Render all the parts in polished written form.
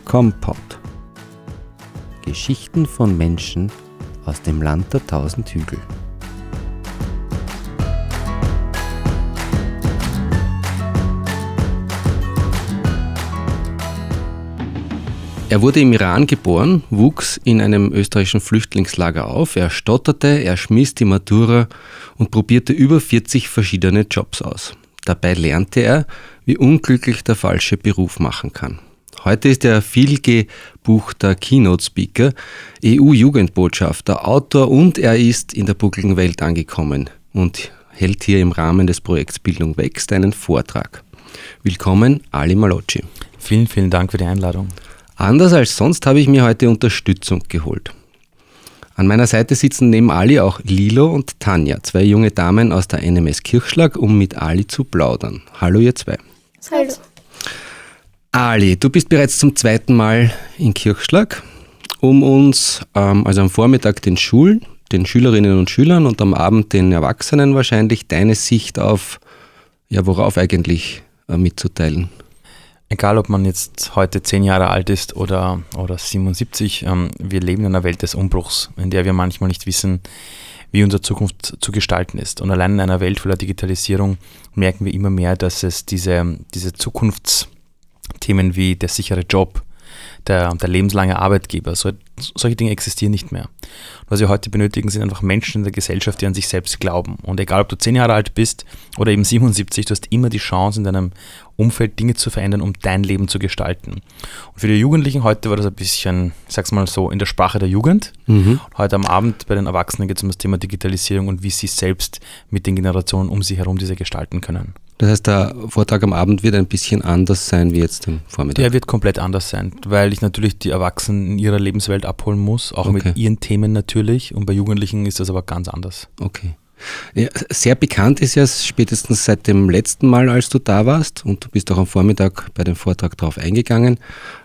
Kompott. Geschichten von Menschen aus dem Land der 1000 Hügel. Er wurde im Iran geboren, wuchs in einem österreichischen Flüchtlingslager auf, er stotterte, er schmiss die Matura und probierte über 40 verschiedene Jobs aus. Dabei lernte er, wie unglücklich der falsche Beruf machen kann. Heute ist er vielgebuchter Keynote-Speaker, EU-Jugendbotschafter, Autor und er ist in der buckligen Welt angekommen und hält hier im Rahmen des Projekts Bildung wächst einen Vortrag. Willkommen, Ali Malocci. Vielen, vielen Dank für die Einladung. Anders als sonst habe ich mir heute Unterstützung geholt. An meiner Seite sitzen neben Ali auch Lilo und Tanja, zwei junge Damen aus der NMS Kirchschlag, um mit Ali zu plaudern. Hallo ihr zwei. Hallo. Ali, du bist bereits zum zweiten Mal in Kirchschlag, um uns also am Vormittag den Schülerinnen und Schülern und am Abend den Erwachsenen wahrscheinlich deine Sicht auf, worauf eigentlich mitzuteilen. Egal, ob man jetzt heute 10 Jahre alt ist oder 77, wir leben in einer Welt des Umbruchs, in der wir manchmal nicht wissen, wie unsere Zukunft zu gestalten ist. Und allein in einer Welt voller Digitalisierung merken wir immer mehr, dass es diese Zukunftsthemen wie der sichere Job, der lebenslange Arbeitgeber, solche Dinge existieren nicht mehr. Und was wir heute benötigen, sind einfach Menschen in der Gesellschaft, die an sich selbst glauben. Und egal, ob du 10 Jahre alt bist oder eben 77, du hast immer die Chance, in deinem Umfeld Dinge zu verändern, um dein Leben zu gestalten. Und für die Jugendlichen heute war das ein bisschen, ich sag's mal so, in der Sprache der Jugend. Und heute am Abend bei den Erwachsenen geht es um das Thema Digitalisierung und wie sie selbst mit den Generationen um sich herum diese gestalten können. Das heißt, der Vortrag am Abend wird ein bisschen anders sein wie jetzt am Vormittag? Der wird komplett anders sein, weil ich natürlich die Erwachsenen in ihrer Lebenswelt abholen muss, auch mit ihren Themen natürlich. Und bei Jugendlichen ist das aber ganz anders. Okay. Ja, sehr bekannt ist ja spätestens seit dem letzten Mal, als du da warst, und du bist auch am Vormittag bei dem Vortrag drauf eingegangen,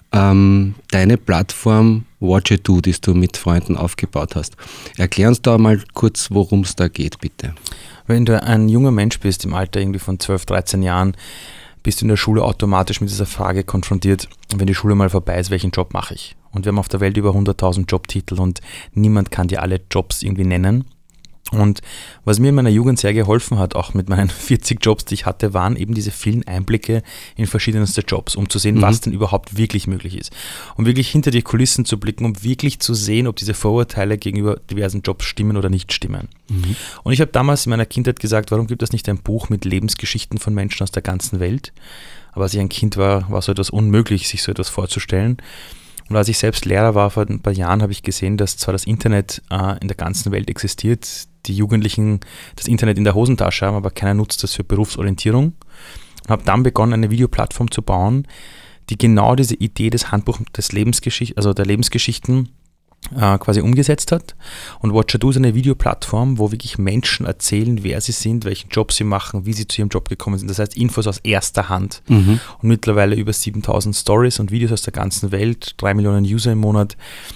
deine Plattform Watch It Do, die du mit Freunden aufgebaut hast. Erklär uns da mal kurz, worum es da geht, bitte. Wenn du ein junger Mensch bist, im Alter irgendwie von 12, 13 Jahren, bist du in der Schule automatisch mit dieser Frage konfrontiert, wenn die Schule mal vorbei ist, welchen Job mache ich? Und wir haben auf der Welt über 100.000 Jobtitel und niemand kann dir alle Jobs irgendwie nennen. Und was mir in meiner Jugend sehr geholfen hat, auch mit meinen 40 Jobs, die ich hatte, waren eben diese vielen Einblicke in verschiedenste Jobs, um zu sehen, was denn überhaupt wirklich möglich ist. Um wirklich hinter die Kulissen zu blicken, um wirklich zu sehen, ob diese Vorurteile gegenüber diversen Jobs stimmen oder nicht stimmen. Und ich habe damals in meiner Kindheit gesagt, warum gibt es nicht ein Buch mit Lebensgeschichten von Menschen aus der ganzen Welt? Aber als ich ein Kind war, war so etwas unmöglich, sich so etwas vorzustellen. Und als ich selbst Lehrer war vor ein paar Jahren, habe ich gesehen, dass zwar das Internet in der ganzen Welt existiert, die Jugendlichen das Internet in der Hosentasche haben, aber keiner nutzt das für Berufsorientierung. Und habe dann begonnen, eine Videoplattform zu bauen, die genau diese Idee des Handbuchs der Lebensgeschichten quasi umgesetzt hat. Und Watch It Do ist eine Videoplattform, wo wirklich Menschen erzählen, wer sie sind, welchen Job sie machen, wie sie zu ihrem Job gekommen sind. Das heißt, Infos aus erster Hand. Und mittlerweile über 7.000 Stories und Videos aus der ganzen Welt, 3 Millionen User im Monat.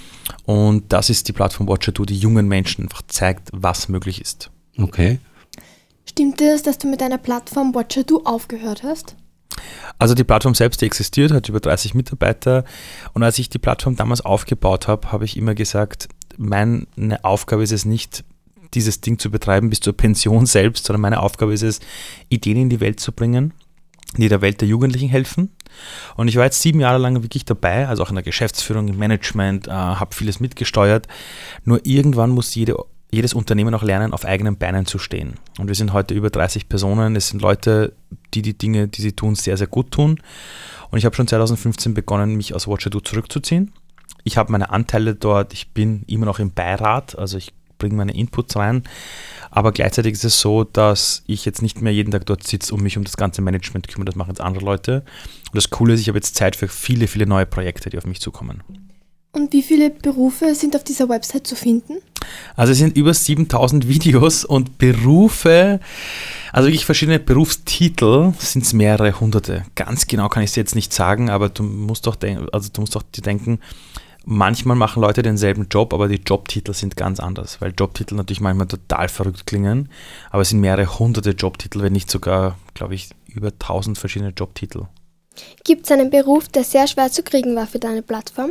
Und das ist die Plattform Watch It Do, die jungen Menschen einfach zeigt, was möglich ist. Okay. Stimmt es, dass du mit deiner Plattform Watch It Do aufgehört hast? Also die Plattform selbst, die existiert, hat über 30 Mitarbeiter. Und als ich die Plattform damals aufgebaut habe, habe ich immer gesagt, meine Aufgabe ist es nicht, dieses Ding zu betreiben bis zur Pension selbst, sondern meine Aufgabe ist es, Ideen in die Welt zu bringen, die der Welt der Jugendlichen helfen. Und ich war jetzt 7 Jahre lang wirklich dabei, also auch in der Geschäftsführung, im Management, habe vieles mitgesteuert. Nur irgendwann muss jedes Unternehmen auch lernen, auf eigenen Beinen zu stehen. Und wir sind heute über 30 Personen. Es sind Leute, die Dinge, die sie tun, sehr, sehr gut tun. Und ich habe schon 2015 begonnen, mich aus Watch It Do zurückzuziehen. Ich habe meine Anteile dort. Ich bin immer noch im Beirat, also ich bringe meine Inputs rein. Aber gleichzeitig ist es so, dass ich jetzt nicht mehr jeden Tag dort sitze und mich um das ganze Management kümmere. Das machen jetzt andere Leute. Und das Coole ist, ich habe jetzt Zeit für viele, viele neue Projekte, die auf mich zukommen. Und wie viele Berufe sind auf dieser Website zu finden? Also es sind über 7.000 Videos und Berufe, also wirklich verschiedene Berufstitel, sind es mehrere hunderte. Ganz genau kann ich es jetzt nicht sagen, aber du musst doch dir denken, manchmal machen Leute denselben Job, aber die Jobtitel sind ganz anders, weil Jobtitel natürlich manchmal total verrückt klingen, aber es sind mehrere hunderte Jobtitel, wenn nicht sogar, glaube ich, über 1.000 verschiedene Jobtitel. Gibt es einen Beruf, der sehr schwer zu kriegen war für deine Plattform?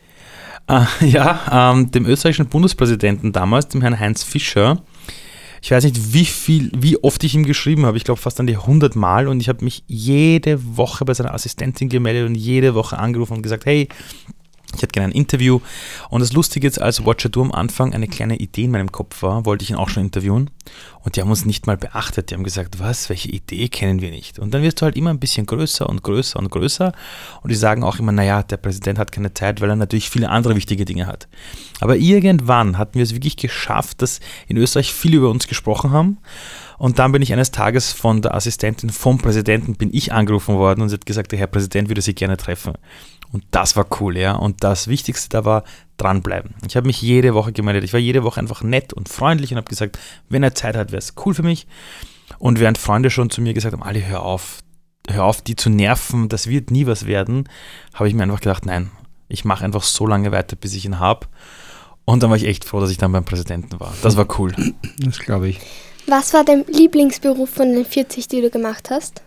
Dem österreichischen Bundespräsidenten damals, dem Herrn Heinz Fischer, ich weiß nicht, wie oft ich ihm geschrieben habe, ich glaube fast an die 100 Mal, und ich habe mich jede Woche bei seiner Assistentin gemeldet und jede Woche angerufen und gesagt, hey, ich hätte gerne ein Interview. Und das Lustige jetzt, als Watcher Du am Anfang eine kleine Idee in meinem Kopf war, wollte ich ihn auch schon interviewen. Und die haben uns nicht mal beachtet. Die haben gesagt, welche Idee kennen wir nicht? Und dann wirst du halt immer ein bisschen größer und größer und größer. Und die sagen auch immer, naja, der Präsident hat keine Zeit, weil er natürlich viele andere wichtige Dinge hat. Aber irgendwann hatten wir es wirklich geschafft, dass in Österreich viele über uns gesprochen haben. Und dann bin ich eines Tages von der Assistentin vom Präsidenten angerufen worden und sie hat gesagt, der Herr Präsident würde Sie gerne treffen. Und das war cool, ja. Und das Wichtigste da war, dranbleiben. Ich habe mich jede Woche gemeldet. Ich war jede Woche einfach nett und freundlich und habe gesagt, wenn er Zeit hat, wäre es cool für mich. Und während Freunde schon zu mir gesagt haben, Ali, hör auf, die zu nerven, das wird nie was werden, habe ich mir einfach gedacht, nein, ich mache einfach so lange weiter, bis ich ihn habe. Und dann war ich echt froh, dass ich dann beim Präsidenten war. Das war cool. Das glaube ich. Was war dein Lieblingsberuf von den 40, die du gemacht hast?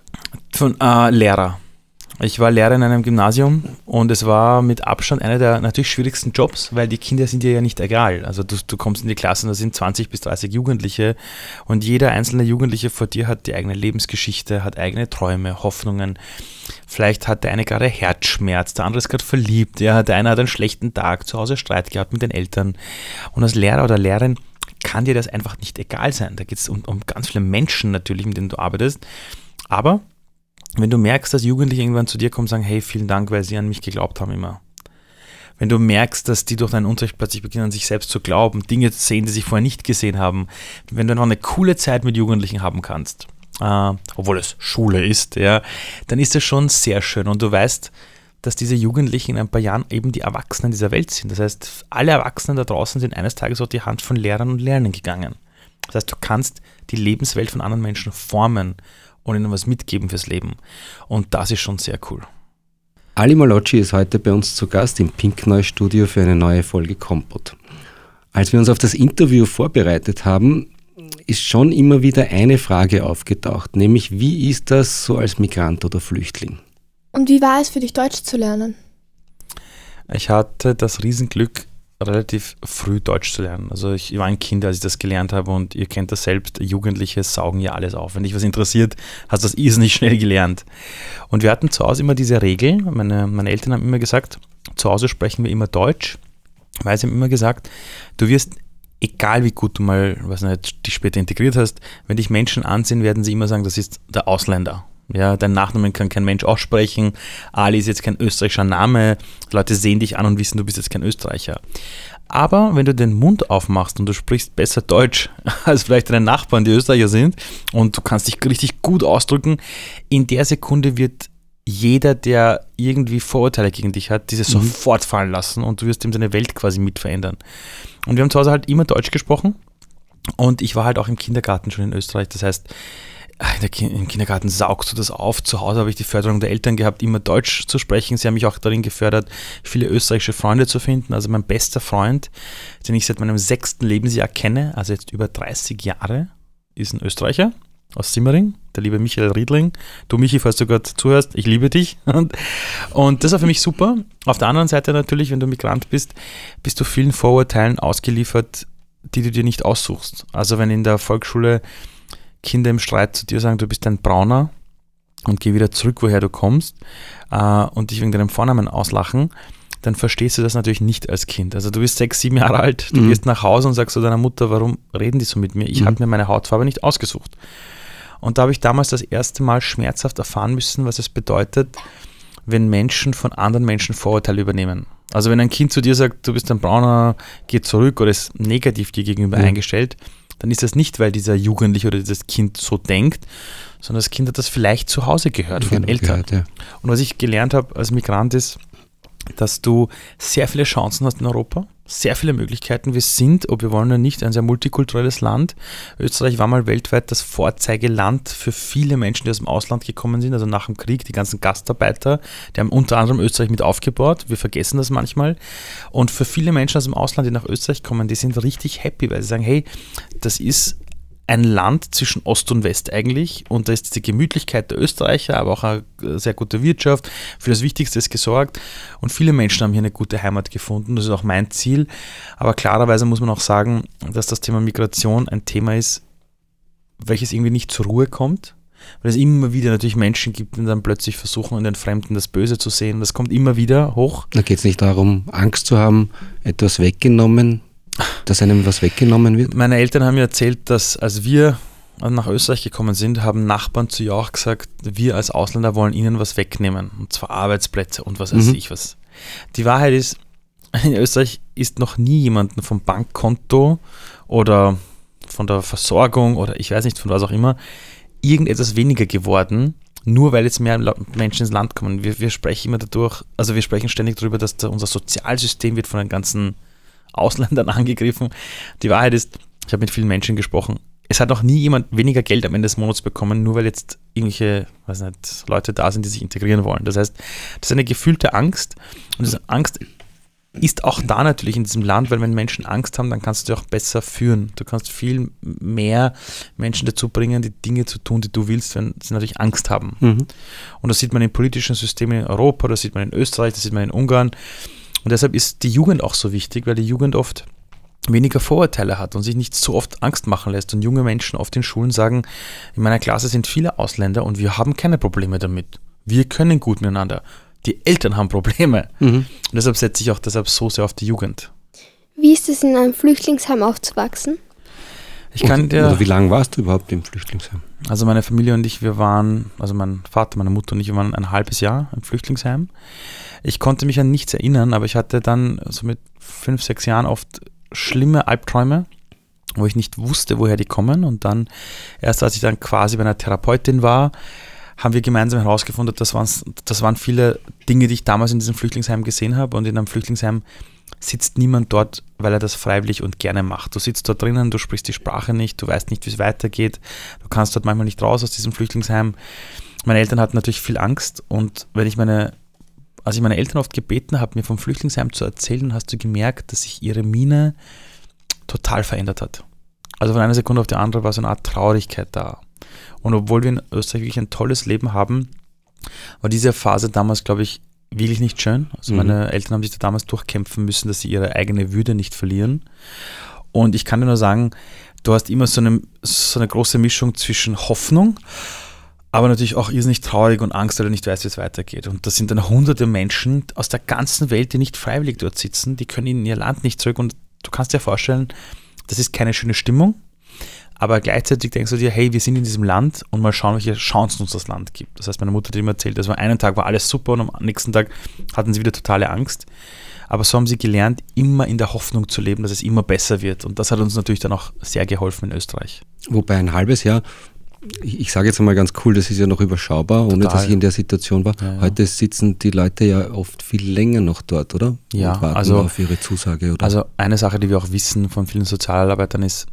Lehrer. Ich war Lehrer in einem Gymnasium und es war mit Abstand einer der natürlich schwierigsten Jobs, weil die Kinder sind dir ja nicht egal. Also du kommst in die Klasse und da sind 20 bis 30 Jugendliche und jeder einzelne Jugendliche vor dir hat die eigene Lebensgeschichte, hat eigene Träume, Hoffnungen. Vielleicht hat der eine gerade Herzschmerz, der andere ist gerade verliebt, der eine hat einen schlechten Tag, zu Hause Streit gehabt mit den Eltern. Und als Lehrer oder Lehrerin kann dir das einfach nicht egal sein. Da geht es um ganz viele Menschen natürlich, mit denen du arbeitest. Aber wenn du merkst, dass Jugendliche irgendwann zu dir kommen und sagen, hey, vielen Dank, weil sie an mich geglaubt haben immer. Wenn du merkst, dass die durch deinen Unterricht plötzlich beginnen, an sich selbst zu glauben, Dinge zu sehen, die sie vorher nicht gesehen haben, wenn du einfach eine coole Zeit mit Jugendlichen haben kannst, obwohl es Schule ist, ja, dann ist das schon sehr schön. Und du weißt, dass diese Jugendlichen in ein paar Jahren eben die Erwachsenen dieser Welt sind. Das heißt, alle Erwachsenen da draußen sind eines Tages auf die Hand von Lehrern und Lehrern gegangen. Das heißt, du kannst die Lebenswelt von anderen Menschen formen und ihnen was mitgeben fürs Leben. Und das ist schon sehr cool. Ali Malocci ist heute bei uns zu Gast im Pinkneu-Studio für eine neue Folge Kompott. Als wir uns auf das Interview vorbereitet haben, ist schon immer wieder eine Frage aufgetaucht, nämlich wie ist das so als Migrant oder Flüchtling? Und wie war es für dich, Deutsch zu lernen? Ich hatte das Riesenglück, relativ früh Deutsch zu lernen. Also ich war ein Kind, als ich das gelernt habe und ihr kennt das selbst, Jugendliche saugen ja alles auf. Wenn dich was interessiert, hast du das irrsinnig schnell gelernt. Und wir hatten zu Hause immer diese Regel, meine Eltern haben immer gesagt, zu Hause sprechen wir immer Deutsch, weil sie haben immer gesagt, du wirst, egal wie gut du mal, dich später integriert hast, wenn dich Menschen ansehen, werden sie immer sagen, das ist der Ausländer. Ja, dein Nachnamen kann kein Mensch aussprechen. Ali ist jetzt kein österreichischer Name. Leute sehen dich an und wissen, du bist jetzt kein Österreicher. Aber wenn du den Mund aufmachst und du sprichst besser Deutsch als vielleicht deine Nachbarn, die Österreicher sind, und du kannst dich richtig gut ausdrücken, in der Sekunde wird jeder, der irgendwie Vorurteile gegen dich hat, diese sofort fallen lassen und du wirst ihm seine Welt quasi mit verändern. Und wir haben zu Hause halt immer Deutsch gesprochen und ich war halt auch im Kindergarten schon in Österreich. Das heißt, im Kindergarten saugst du das auf. Zu Hause habe ich die Förderung der Eltern gehabt, immer Deutsch zu sprechen. Sie haben mich auch darin gefördert, viele österreichische Freunde zu finden. Also mein bester Freund, den ich seit meinem 6. Lebensjahr kenne, also jetzt über 30 Jahre, ist ein Österreicher aus Simmering, der liebe Michael Riedling. Du Michi, falls du gerade zuhörst, ich liebe dich. Und das war für mich super. Auf der anderen Seite natürlich, wenn du Migrant bist, bist du vielen Vorurteilen ausgeliefert, die du dir nicht aussuchst. Also wenn in der Volksschule Kinder im Streit zu dir sagen, du bist ein Brauner und geh wieder zurück, woher du kommst, und dich wegen deinem Vornamen auslachen, dann verstehst du das natürlich nicht als Kind. Also du bist 6, 7 Jahre alt, du gehst nach Hause und sagst zu deiner Mutter, warum reden die so mit mir? Ich habe mir meine Hautfarbe nicht ausgesucht. Und da habe ich damals das erste Mal schmerzhaft erfahren müssen, was es bedeutet, wenn Menschen von anderen Menschen Vorurteile übernehmen. Also wenn ein Kind zu dir sagt, du bist ein Brauner, geh zurück oder ist negativ dir gegenüber eingestellt, dann ist das nicht, weil dieser Jugendliche oder dieses Kind so denkt, sondern das Kind hat das vielleicht zu Hause gehört von den Eltern. Und was ich gelernt habe als Migrant ist, dass du sehr viele Chancen hast in Europa, sehr viele Möglichkeiten. Wir sind, ob wir wollen oder nicht, ein sehr multikulturelles Land. Österreich war mal weltweit das Vorzeigeland für viele Menschen, die aus dem Ausland gekommen sind, also nach dem Krieg, die ganzen Gastarbeiter, die haben unter anderem Österreich mit aufgebaut. Wir vergessen das manchmal. Und für viele Menschen aus dem Ausland, die nach Österreich kommen, die sind richtig happy, weil sie sagen, hey, das ist ein Land zwischen Ost und West eigentlich und da ist diese Gemütlichkeit der Österreicher, aber auch eine sehr gute Wirtschaft, für das Wichtigste ist gesorgt und viele Menschen haben hier eine gute Heimat gefunden, das ist auch mein Ziel, aber klarerweise muss man auch sagen, dass das Thema Migration ein Thema ist, welches irgendwie nicht zur Ruhe kommt, weil es immer wieder natürlich Menschen gibt, die dann plötzlich versuchen, in den Fremden das Böse zu sehen, das kommt immer wieder hoch. Da geht es nicht darum, Angst zu haben, etwas weggenommen, dass einem was weggenommen wird? Meine Eltern haben mir erzählt, dass als wir nach Österreich gekommen sind, haben Nachbarn zu ihr auch gesagt, wir als Ausländer wollen ihnen was wegnehmen. Und zwar Arbeitsplätze und was weiß ich was. Die Wahrheit ist, in Österreich ist noch nie jemanden vom Bankkonto oder von der Versorgung oder ich weiß nicht von was auch immer, irgendetwas weniger geworden, nur weil jetzt mehr Menschen ins Land kommen. Wir sprechen immer dadurch, also wir sprechen ständig darüber, dass unser Sozialsystem wird von den ganzen Ausländern angegriffen. Die Wahrheit ist, ich habe mit vielen Menschen gesprochen, es hat noch nie jemand weniger Geld am Ende des Monats bekommen, nur weil jetzt irgendwelche, weiß nicht, Leute da sind, die sich integrieren wollen. Das heißt, das ist eine gefühlte Angst und diese Angst ist auch da natürlich in diesem Land, weil wenn Menschen Angst haben, dann kannst du auch besser führen. Du kannst viel mehr Menschen dazu bringen, die Dinge zu tun, die du willst, wenn sie natürlich Angst haben. Und das sieht man in politischen Systemen in Europa, das sieht man in Österreich, das sieht man in Ungarn. Und deshalb ist die Jugend auch so wichtig, weil die Jugend oft weniger Vorurteile hat und sich nicht so oft Angst machen lässt. Und junge Menschen oft in Schulen sagen, in meiner Klasse sind viele Ausländer und wir haben keine Probleme damit. Wir können gut miteinander. Die Eltern haben Probleme. Und deshalb setze ich auch so sehr auf die Jugend. Wie ist es, in einem Flüchtlingsheim aufzuwachsen? Oder wie lange warst du überhaupt im Flüchtlingsheim? Also meine Familie und ich, wir waren, also mein Vater, meine Mutter und ich, wir waren ein halbes Jahr im Flüchtlingsheim. Ich konnte mich an nichts erinnern, aber ich hatte dann so mit 5, 6 Jahren oft schlimme Albträume, wo ich nicht wusste, woher die kommen. Und dann, erst als ich dann quasi bei einer Therapeutin war, haben wir gemeinsam herausgefunden, das waren viele Dinge, die ich damals in diesem Flüchtlingsheim gesehen habe. Und in einem Flüchtlingsheim sitzt niemand dort, weil er das freiwillig und gerne macht. Du sitzt dort drinnen, du sprichst die Sprache nicht, du weißt nicht, wie es weitergeht. Du kannst dort manchmal nicht raus aus diesem Flüchtlingsheim. Meine Eltern hatten natürlich viel Angst und als ich meine Eltern oft gebeten habe, mir vom Flüchtlingsheim zu erzählen, hast du gemerkt, dass sich ihre Miene total verändert hat. Also von einer Sekunde auf die andere war so eine Art Traurigkeit da. Und obwohl wir in Österreich wirklich ein tolles Leben haben, war diese Phase damals, glaube ich, wirklich nicht schön. Also meine Eltern haben sich da damals durchkämpfen müssen, dass sie ihre eigene Würde nicht verlieren. Und ich kann dir nur sagen, du hast immer so eine große Mischung zwischen Hoffnung, aber natürlich auch irrsinnig traurig und Angst, weil du nicht weißt, wie es weitergeht. Und das sind dann hunderte Menschen aus der ganzen Welt, die nicht freiwillig dort sitzen, die können in ihr Land nicht zurück. Und du kannst dir vorstellen, das ist keine schöne Stimmung, aber gleichzeitig denkst du dir, hey, wir sind in diesem Land und mal schauen, welche Chancen uns das Land gibt. Das heißt, meine Mutter hat immer erzählt, dass einen Tag war alles super und am nächsten Tag hatten sie wieder totale Angst. Aber so haben sie gelernt, immer in der Hoffnung zu leben, dass es immer besser wird. Und das hat uns natürlich dann auch sehr geholfen in Österreich. Wobei ein halbes Jahr, ich sage jetzt einmal ganz cool, das ist ja noch überschaubar, ohne dass ich in der Situation war. Ja. Heute sitzen die Leute ja oft viel länger noch dort, oder? Ja, und warten auf ihre Zusage, oder? Also eine Sache, die wir auch wissen von vielen Sozialarbeitern ist,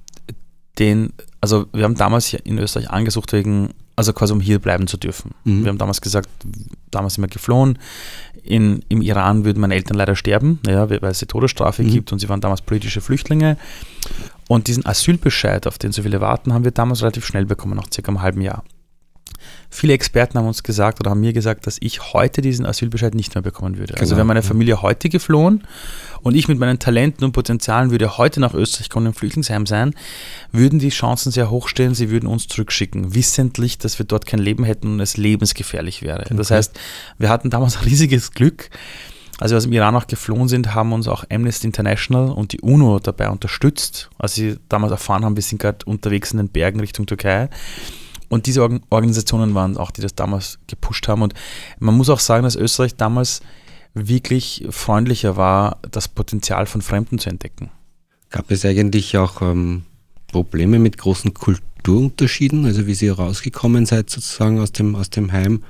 wir haben damals in Österreich angesucht quasi um hier bleiben zu dürfen. Wir haben damals gesagt, damals sind wir geflohen, im Iran würden meine Eltern leider sterben, weil es die Todesstrafe gibt und sie waren damals politische Flüchtlinge. Und diesen Asylbescheid, auf den so viele warten, haben wir damals relativ schnell bekommen, nach circa einem halben Jahr. Viele Experten haben uns gesagt oder haben mir gesagt, dass ich heute diesen Asylbescheid nicht mehr bekommen würde. Genau. Also wäre meine Familie heute geflohen und ich mit meinen Talenten und Potenzialen würde heute nach Österreich kommen, im Flüchtlingsheim sein, würden die Chancen sehr hoch stehen, sie würden uns zurückschicken, wissentlich, dass wir dort kein Leben hätten und es lebensgefährlich wäre. Okay. Das heißt, wir hatten damals ein riesiges Glück. Als wir aus dem Iran auch geflohen sind, haben uns auch Amnesty International und die UNO dabei unterstützt. Als sie damals erfahren haben, wir sind gerade unterwegs in den Bergen Richtung Türkei. Und diese Organisationen waren auch, die das damals gepusht haben. Und man muss auch sagen, dass Österreich damals wirklich freundlicher war, das Potenzial von Fremden zu entdecken. Gab es eigentlich auch Probleme mit großen Kulturunterschieden, also wie Sie rausgekommen seid sozusagen aus dem Heim,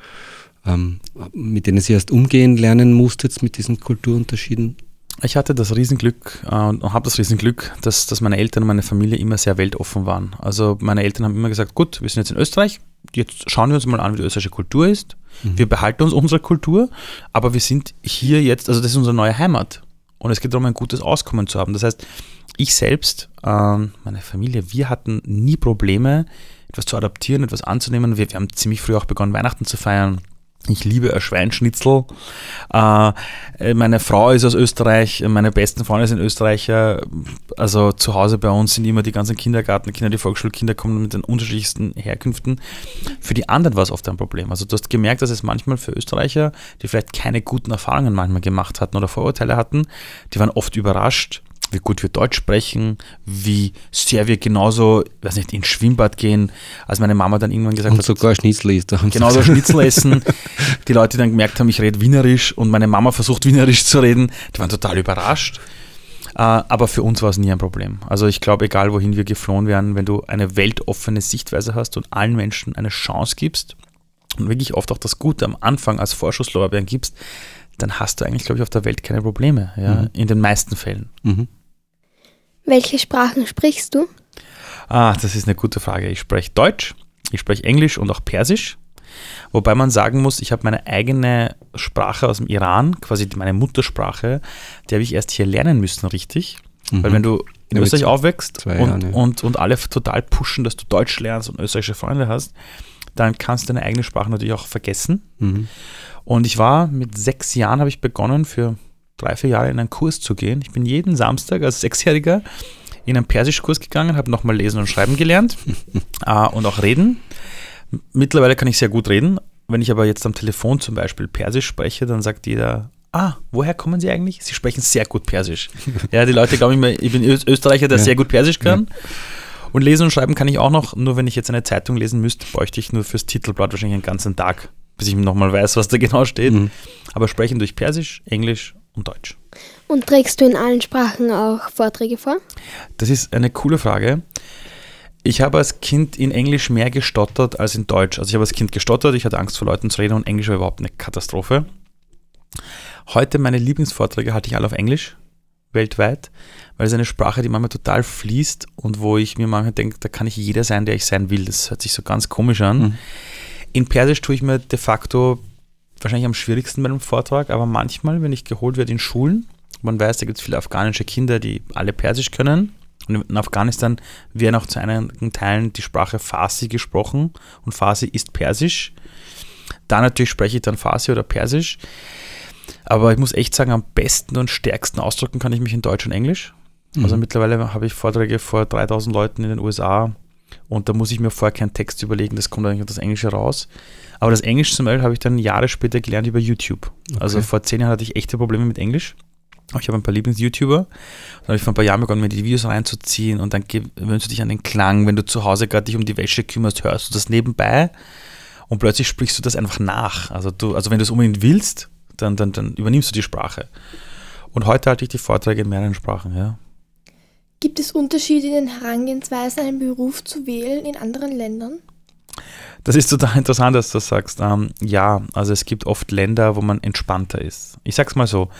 mit denen Sie erst umgehen lernen musstet mit diesen Kulturunterschieden? Ich hatte das Riesenglück und habe das Riesenglück, dass meine Eltern und meine Familie immer sehr weltoffen waren. Also meine Eltern haben immer gesagt, gut, wir sind jetzt in Österreich, jetzt schauen wir uns mal an, wie die österreichische Kultur ist. Wir behalten uns unsere Kultur, aber wir sind hier jetzt, also das ist unsere neue Heimat. Und es geht darum, ein gutes Auskommen zu haben. Das heißt, ich selbst, meine Familie, wir hatten nie Probleme, etwas zu adaptieren, etwas anzunehmen. Wir haben ziemlich früh auch begonnen, Weihnachten zu feiern. Ich liebe ein Schweinschnitzel. Meine Frau ist aus Österreich, meine besten Freunde sind Österreicher. Also zu Hause bei uns sind immer die ganzen Kindergartenkinder, die Volksschulkinder kommen mit den unterschiedlichsten Herkünften. Für die anderen war es oft ein Problem. Also du hast gemerkt, dass es manchmal für Österreicher, die vielleicht keine guten Erfahrungen manchmal gemacht hatten oder Vorurteile hatten, die waren oft überrascht, wie gut wir Deutsch sprechen, wie sehr wir genauso, weiß nicht, ins Schwimmbad gehen, als meine Mama dann irgendwann gesagt und hat, sogar Schnitzel isst. Genauso Schnitzel essen. Die Leute, die dann gemerkt haben, ich rede Wienerisch und meine Mama versucht Wienerisch zu reden, die waren total überrascht. Aber für uns war es nie ein Problem. Also ich glaube, egal wohin wir geflohen wären, wenn du eine weltoffene Sichtweise hast und allen Menschen eine Chance gibst und wirklich oft auch das Gute am Anfang als Vorschusslorbeeren gibst, dann hast du eigentlich, glaube ich, auf der Welt keine Probleme. Ja? In den meisten Fällen. Mhm. Welche Sprachen sprichst du? Das ist eine gute Frage. Ich spreche Deutsch, ich spreche Englisch und auch Persisch. Wobei man sagen muss, ich habe meine eigene Sprache aus dem Iran, quasi meine Muttersprache, die habe ich erst hier lernen müssen, richtig. Weil wenn du in Österreich aufwächst und alle total pushen, dass du Deutsch lernst und österreichische Freunde hast, dann kannst du deine eigene Sprache natürlich auch vergessen. Mhm. Und ich war mit 6 Jahren, habe ich begonnen, für 3-4 Jahre in einen Kurs zu gehen. Ich bin jeden Samstag als 6-Jähriger in einen Persischkurs gegangen, habe nochmal lesen und schreiben gelernt und auch reden. Mittlerweile kann ich sehr gut reden. Wenn ich aber jetzt am Telefon zum Beispiel Persisch spreche, dann sagt jeder, woher kommen Sie eigentlich? Sie sprechen sehr gut Persisch. Ja, die Leute glauben immer, ich bin Österreicher, der sehr gut Persisch kann. Ja. Und lesen und schreiben kann ich auch noch, nur wenn ich jetzt eine Zeitung lesen müsste, bräuchte ich nur fürs Titelblatt wahrscheinlich einen ganzen Tag, bis ich nochmal weiß, was da genau steht. Mhm. Aber sprechen durch Persisch, Englisch und Deutsch. Und trägst du in allen Sprachen auch Vorträge vor? Das ist eine coole Frage. Ich habe als Kind in Englisch mehr gestottert als in Deutsch. Also ich habe als Kind gestottert, ich hatte Angst vor Leuten zu reden und Englisch war überhaupt eine Katastrophe. Heute meine Lieblingsvorträge halte ich alle auf Englisch, weltweit, weil es eine Sprache, die manchmal total fließt und wo ich mir manchmal denke, da kann ich jeder sein, der ich sein will. Das hört sich so ganz komisch an. Mhm. In Persisch tue ich mir de facto wahrscheinlich am schwierigsten bei einem Vortrag, aber manchmal, wenn ich geholt werde in Schulen, man weiß, da gibt es viele afghanische Kinder, die alle Persisch können. Und in Afghanistan werden auch zu einigen Teilen die Sprache Farsi gesprochen und Farsi ist Persisch. Da natürlich spreche ich dann Farsi oder Persisch. Aber ich muss echt sagen, am besten und stärksten ausdrücken kann ich mich in Deutsch und Englisch. Mhm. Also mittlerweile habe ich Vorträge vor 3000 Leuten in den USA und da muss ich mir vorher keinen Text überlegen, das kommt eigentlich das Englische raus. Aber das Englisch zum Beispiel habe ich dann Jahre später gelernt über YouTube. Okay. Also vor 10 Jahren hatte ich echte Probleme mit Englisch. Ich habe ein paar Lieblings-YouTuber. Dann habe ich vor ein paar Jahren begonnen, mir die Videos reinzuziehen und dann gewöhnst du dich an den Klang. Wenn du zu Hause gerade dich um die Wäsche kümmerst, hörst du das nebenbei und plötzlich sprichst du das einfach nach. Also wenn du es unbedingt willst, dann übernimmst du die Sprache. Und heute halte ich die Vorträge in mehreren Sprachen, ja. Gibt es Unterschiede in den Herangehensweisen, einen Beruf zu wählen in anderen Ländern? Das ist total interessant, dass du das sagst. Ja, also es gibt oft Länder, wo man entspannter ist. Ich sag's mal so.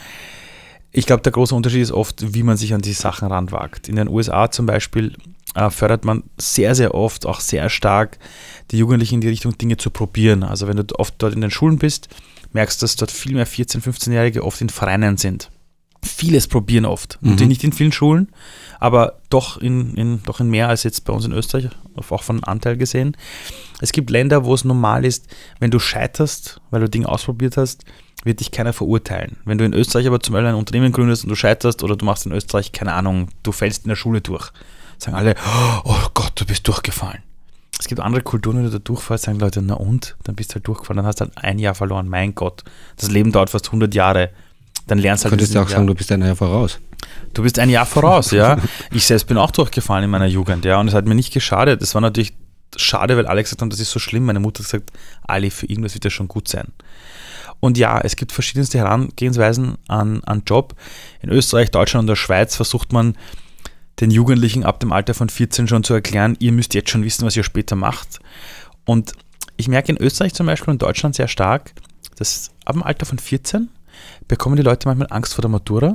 Ich glaube, der große Unterschied ist oft, wie man sich an die Sachen ranwagt. In den USA zum Beispiel fördert man sehr, sehr oft, auch sehr stark, die Jugendlichen in die Richtung, Dinge zu probieren. Also wenn du oft dort in den Schulen bist, merkst du, dass dort viel mehr 14-, 15-Jährige oft in Vereinen sind. Vieles probieren oft. Natürlich nicht in vielen Schulen, aber doch in mehr als jetzt bei uns in Österreich, auch von Anteil gesehen. Es gibt Länder, wo es normal ist, wenn du scheiterst, weil du Dinge ausprobiert hast, wird dich keiner verurteilen. Wenn du in Österreich aber zum Beispiel ein Unternehmen gründest und du scheiterst oder du machst in Österreich, keine Ahnung, du fällst in der Schule durch, sagen alle, oh Gott, du bist durchgefallen. Es gibt andere Kulturen, wenn du da durchfällst, sagen Leute, na und? Dann bist du halt durchgefallen, dann hast du halt 1 Jahr verloren, mein Gott. Das Leben dauert fast 100 Jahre. Dann lernst du halt. Könntest du auch sagen, du bist 1 Jahr voraus. Du bist 1 Jahr voraus, ja. Ich selbst bin auch durchgefallen in meiner Jugend, ja, und es hat mir nicht geschadet. Es war natürlich schade, weil alle gesagt haben, das ist so schlimm. Meine Mutter hat gesagt, Ali, für irgendwas wird das schon gut sein. Und ja, es gibt verschiedenste Herangehensweisen an Job. In Österreich, Deutschland und der Schweiz versucht man den Jugendlichen ab dem Alter von 14 schon zu erklären, ihr müsst jetzt schon wissen, was ihr später macht. Und ich merke in Österreich zum Beispiel und Deutschland sehr stark, dass ab dem Alter von 14 bekommen die Leute manchmal Angst vor der Matura.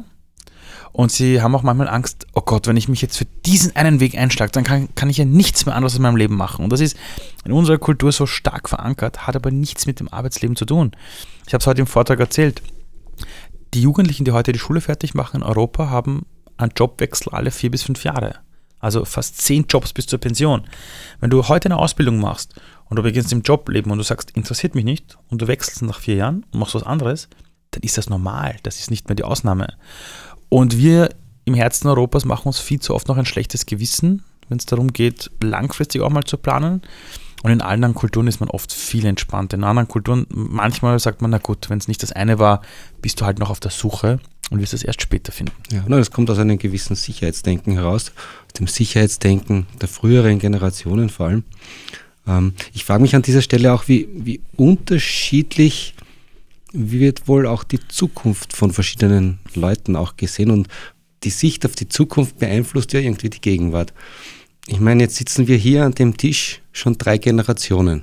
Und sie haben auch manchmal Angst, oh Gott, wenn ich mich jetzt für diesen einen Weg einschlage, dann kann ich ja nichts mehr anderes in meinem Leben machen. Und das ist in unserer Kultur so stark verankert, hat aber nichts mit dem Arbeitsleben zu tun. Ich habe es heute im Vortrag erzählt. die Jugendlichen, die heute die Schule fertig machen in Europa, haben einen Jobwechsel alle 4 bis 5 Jahre. Also fast 10 Jobs bis zur Pension. Wenn du heute eine Ausbildung machst und du beginnst im Jobleben und du sagst, interessiert mich nicht, und du wechselst nach 4 Jahren und machst was anderes, dann ist das normal. Das ist nicht mehr die Ausnahme. Und wir im Herzen Europas machen uns viel zu oft noch ein schlechtes Gewissen, wenn es darum geht, langfristig auch mal zu planen. Und in anderen Kulturen ist man oft viel entspannter. In anderen Kulturen, manchmal sagt man, na gut, wenn es nicht das eine war, bist du halt noch auf der Suche und wirst es erst später finden. Ja, das kommt aus einem gewissen Sicherheitsdenken heraus, aus dem Sicherheitsdenken der früheren Generationen vor allem. Ich frage mich an dieser Stelle auch, wie unterschiedlich wird wohl auch die Zukunft von verschiedenen Leuten auch gesehen, und die Sicht auf die Zukunft beeinflusst ja irgendwie die Gegenwart. Ich meine, jetzt sitzen wir hier an dem Tisch schon 3 Generationen.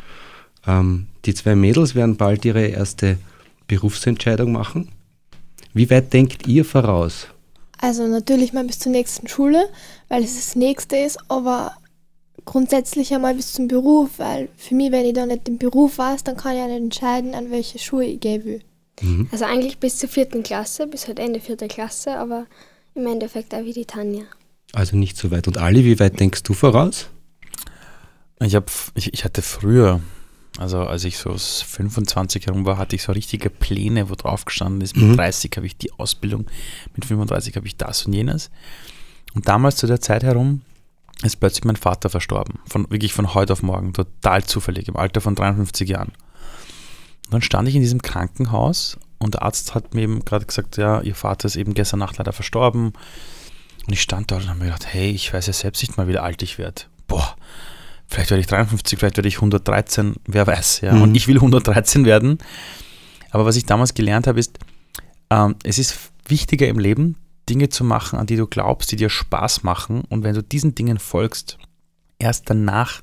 Die 2 Mädels werden bald ihre erste Berufsentscheidung machen. Wie weit denkt ihr voraus? Also natürlich mal bis zur nächsten Schule, weil es das Nächste ist, aber grundsätzlich einmal bis zum Beruf, weil für mich, wenn ich da nicht im Beruf weiß, dann kann ich auch nicht entscheiden, an welche Schule ich gehen will. Also eigentlich bis zur 4. Klasse, bis halt Ende 4. Klasse, aber im Endeffekt auch wie die Tanja. Also nicht so weit. Und Ali, wie weit denkst du voraus? Ich hatte früher, also als ich so 25 herum war, hatte ich so richtige Pläne, wo drauf gestanden ist, mit 30 habe ich die Ausbildung, mit 35 habe ich das und jenes. Und damals zu der Zeit herum ist plötzlich mein Vater verstorben, wirklich von heute auf morgen, total zufällig, im Alter von 53 Jahren. Und dann stand ich in diesem Krankenhaus und der Arzt hat mir eben gerade gesagt, ja, ihr Vater ist eben gestern Nacht leider verstorben. Und ich stand dort und habe mir gedacht, hey, ich weiß ja selbst nicht mal, wie alt ich werde. Boah, vielleicht werde ich 53, vielleicht werde ich 113, wer weiß. Ja? Und ich will 113 werden. Aber was ich damals gelernt habe, ist, es ist wichtiger im Leben, Dinge zu machen, an die du glaubst, die dir Spaß machen. Und wenn du diesen Dingen folgst, erst danach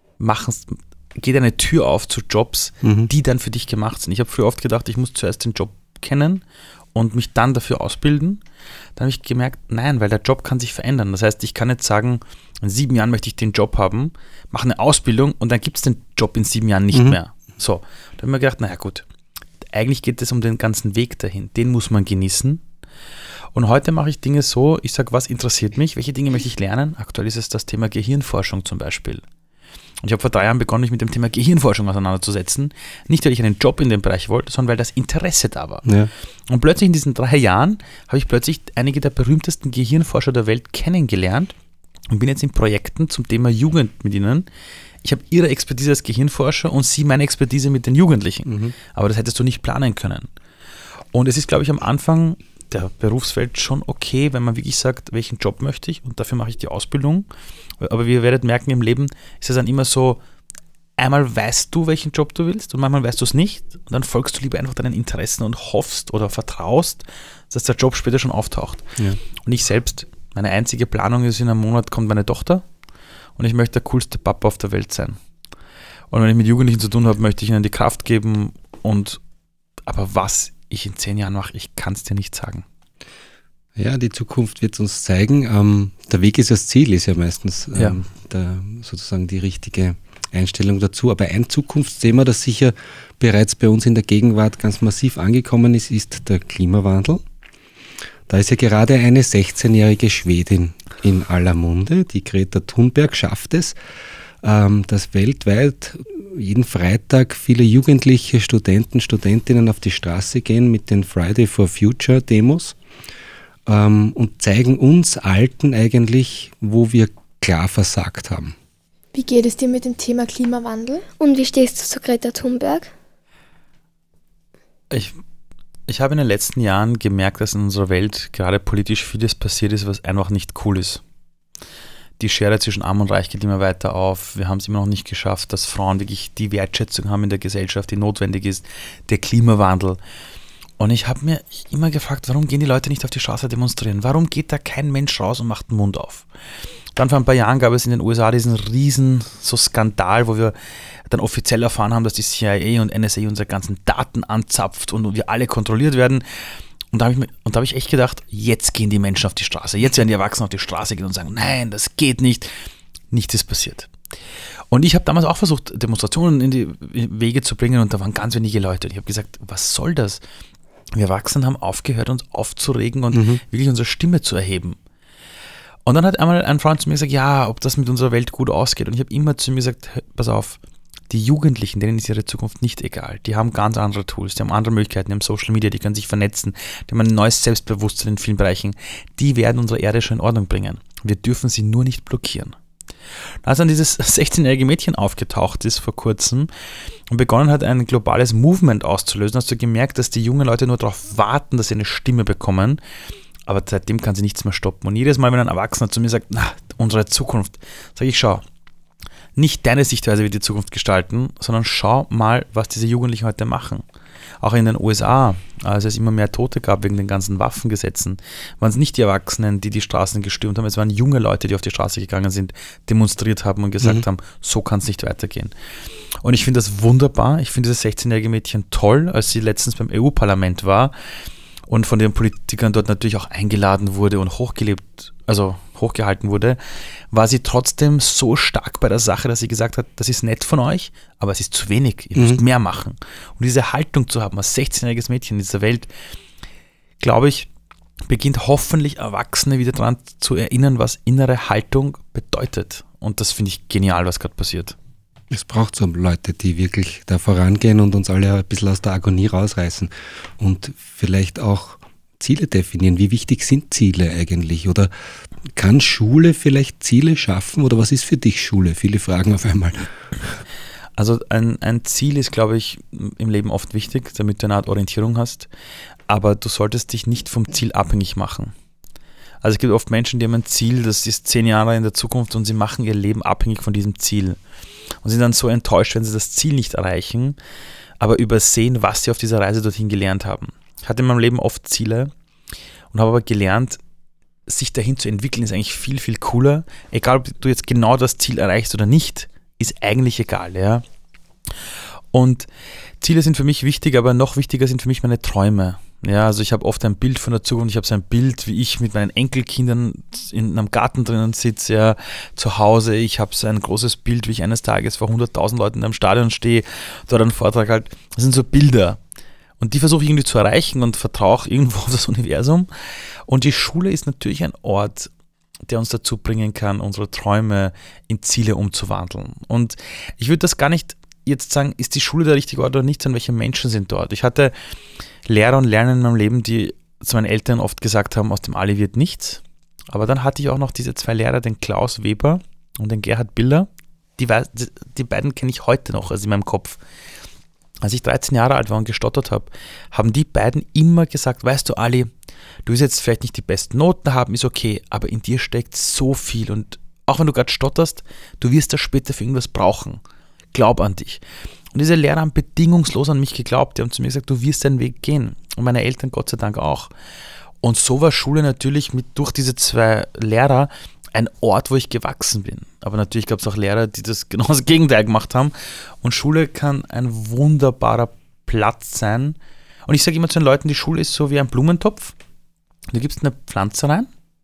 geht eine Tür auf zu Jobs, die dann für dich gemacht sind. Ich habe früher oft gedacht, ich muss zuerst den Job kennen und mich dann dafür ausbilden. Dann habe ich gemerkt, nein, weil der Job kann sich verändern. Das heißt, ich kann nicht sagen, in 7 Jahren möchte ich den Job haben, mache eine Ausbildung und dann gibt es den Job in 7 Jahren nicht mehr. So, da habe ich mir gedacht, naja gut, eigentlich geht es um den ganzen Weg dahin. Den muss man genießen. Und heute mache ich Dinge so, ich sage, was interessiert mich, welche Dinge möchte ich lernen. Aktuell ist es das Thema Gehirnforschung zum Beispiel. Und ich habe vor 3 Jahren begonnen, mich mit dem Thema Gehirnforschung auseinanderzusetzen. Nicht, weil ich einen Job in dem Bereich wollte, sondern weil das Interesse da war. Ja. Und plötzlich in diesen 3 Jahren habe ich plötzlich einige der berühmtesten Gehirnforscher der Welt kennengelernt und bin jetzt in Projekten zum Thema Jugend mit ihnen. Ich habe ihre Expertise als Gehirnforscher und sie meine Expertise mit den Jugendlichen. Aber das hättest du nicht planen können. Und es ist, glaube ich, am Anfang der Berufswelt schon okay, wenn man wirklich sagt, welchen Job möchte ich, und dafür mache ich die Ausbildung. Aber wie ihr werdet merken, im Leben ist es dann immer so, einmal weißt du, welchen Job du willst und manchmal weißt du es nicht, und dann folgst du lieber einfach deinen Interessen und hoffst oder vertraust, dass der Job später schon auftaucht. Ja. Und ich selbst, meine einzige Planung ist, in einem Monat kommt meine Tochter und ich möchte der coolste Papa auf der Welt sein. Und wenn ich mit Jugendlichen zu tun habe, möchte ich ihnen die Kraft geben, aber was ich in 10 Jahren mache, ich kann es dir nicht sagen. Ja, die Zukunft wird es uns zeigen. Der Weg ist das Ziel, ist ja meistens sozusagen die richtige Einstellung dazu. Aber ein Zukunftsthema, das sicher bereits bei uns in der Gegenwart ganz massiv angekommen ist, ist der Klimawandel. Da ist ja gerade eine 16-jährige Schwedin in aller Munde. Die Greta Thunberg schafft es, dass weltweit jeden Freitag viele jugendliche Studenten, Studentinnen auf die Straße gehen mit den Friday for Future Demos und zeigen uns Alten eigentlich, wo wir klar versagt haben. Wie geht es dir mit dem Thema Klimawandel? Und wie stehst du zu Greta Thunberg? Ich habe in den letzten Jahren gemerkt, dass in unserer Welt gerade politisch vieles passiert ist, was einfach nicht cool ist. Die Schere zwischen Arm und Reich geht immer weiter auf. Wir haben es immer noch nicht geschafft, dass Frauen wirklich die Wertschätzung haben in der Gesellschaft, die notwendig ist. Der Klimawandel. Und ich habe mir immer gefragt, warum gehen die Leute nicht auf die Straße demonstrieren? Warum geht da kein Mensch raus und macht den Mund auf? Dann vor ein paar Jahren gab es in den USA diesen riesen Skandal, wo wir dann offiziell erfahren haben, dass die CIA und NSA unsere ganzen Daten anzapft und wir alle kontrolliert werden. Und da habe ich echt gedacht, jetzt gehen die Menschen auf die Straße. Jetzt werden die Erwachsenen auf die Straße gehen und sagen, nein, das geht nicht. Nichts ist passiert. Und ich habe damals auch versucht, Demonstrationen in die Wege zu bringen und da waren ganz wenige Leute. Und ich habe gesagt, was soll das? wir Erwachsenen haben aufgehört, uns aufzuregen und wirklich unsere Stimme zu erheben. Und dann hat einmal ein Freund zu mir gesagt, ja, ob das mit unserer Welt gut ausgeht. Und ich habe immer zu mir gesagt, pass auf, die Jugendlichen, denen ist ihre Zukunft nicht egal. Die haben ganz andere Tools, die haben andere Möglichkeiten, die haben Social Media, die können sich vernetzen, die haben ein neues Selbstbewusstsein in vielen Bereichen. Die werden unsere Erde schon in Ordnung bringen. Wir dürfen sie nur nicht blockieren. Als dann dieses 16-jährige Mädchen aufgetaucht ist vor kurzem und begonnen hat, ein globales Movement auszulösen, hast du gemerkt, dass die jungen Leute nur darauf warten, dass sie eine Stimme bekommen. Aber seitdem kann sie nichts mehr stoppen. Und jedes Mal, wenn ein Erwachsener zu mir sagt, unsere Zukunft, sage ich, schau, nicht deine Sichtweise wird die Zukunft gestalten, sondern schau mal, was diese Jugendlichen heute machen. Auch in den USA, als es immer mehr Tote gab wegen den ganzen Waffengesetzen, waren es nicht die Erwachsenen, die die Straßen gestürmt haben, es waren junge Leute, die auf die Straße gegangen sind, demonstriert haben und gesagt haben, so kann es nicht weitergehen. Und ich finde das wunderbar. Ich finde dieses 16-jährige Mädchen toll, als sie letztens beim EU-Parlament war und von den Politikern dort natürlich auch eingeladen wurde und hochgehalten wurde, war sie trotzdem so stark bei der Sache, dass sie gesagt hat, das ist nett von euch, aber es ist zu wenig, ihr müsst mehr machen. Und diese Haltung zu haben als 16-jähriges Mädchen in dieser Welt, glaube ich, beginnt hoffentlich Erwachsene wieder daran zu erinnern, was innere Haltung bedeutet. Und das finde ich genial, was gerade passiert. Es braucht so Leute, die wirklich da vorangehen und uns alle ein bisschen aus der Agonie rausreißen und vielleicht auch Ziele definieren. Wie wichtig sind Ziele eigentlich? Oder kann Schule vielleicht Ziele schaffen? Oder was ist für dich Schule? Viele Fragen auf einmal. Also ein Ziel ist, glaube ich, im Leben oft wichtig, damit du eine Art Orientierung hast. Aber du solltest dich nicht vom Ziel abhängig machen. Also es gibt oft Menschen, die haben ein Ziel, das ist 10 Jahre in der Zukunft und sie machen ihr Leben abhängig von diesem Ziel. Und sind dann so enttäuscht, wenn sie das Ziel nicht erreichen, aber übersehen, was sie auf dieser Reise dorthin gelernt haben. Ich hatte in meinem Leben oft Ziele und habe aber gelernt, sich dahin zu entwickeln, ist eigentlich viel, viel cooler. Egal, ob du jetzt genau das Ziel erreichst oder nicht, ist eigentlich egal. Ja? Und Ziele sind für mich wichtig, aber noch wichtiger sind für mich meine Träume. Ja, also ich habe oft ein Bild von der Zukunft, ich habe so ein Bild, wie ich mit meinen Enkelkindern in einem Garten drinnen sitze, ja, zu Hause. Ich habe so ein großes Bild, wie ich eines Tages vor 100.000 Leuten in einem Stadion stehe, dort einen Vortrag halt. Das sind so Bilder. Und die versuche ich irgendwie zu erreichen und vertraue auch irgendwo auf das Universum. Und die Schule ist natürlich ein Ort, der uns dazu bringen kann, unsere Träume in Ziele umzuwandeln. Und ich würde das gar nicht jetzt sagen, ist die Schule der richtige Ort oder nicht, sondern welche Menschen sind dort. Ich hatte Lehrer und Lerner in meinem Leben, die zu meinen Eltern oft gesagt haben, aus dem Ali wird nichts. Aber dann hatte ich auch noch diese 2 Lehrer, den Klaus Weber und den Gerhard Biller. Die beiden kenne ich heute noch, also in meinem Kopf. Als ich 13 Jahre alt war und gestottert habe, haben die beiden immer gesagt, weißt du Ali, du wirst jetzt vielleicht nicht die besten Noten haben, ist okay, aber in dir steckt so viel und auch wenn du gerade stotterst, du wirst das später für irgendwas brauchen. Glaub an dich. Und diese Lehrer haben bedingungslos an mich geglaubt. Die haben zu mir gesagt, du wirst deinen Weg gehen. Und meine Eltern Gott sei Dank auch. Und so war Schule natürlich durch diese 2 Lehrer ein Ort, wo ich gewachsen bin. Aber natürlich gab es auch Lehrer, die das genau das Gegenteil gemacht haben. Und Schule kann ein wunderbarer Platz sein. Und ich sage immer zu den Leuten, die Schule ist so wie ein Blumentopf. Du gibst eine Pflanze rein.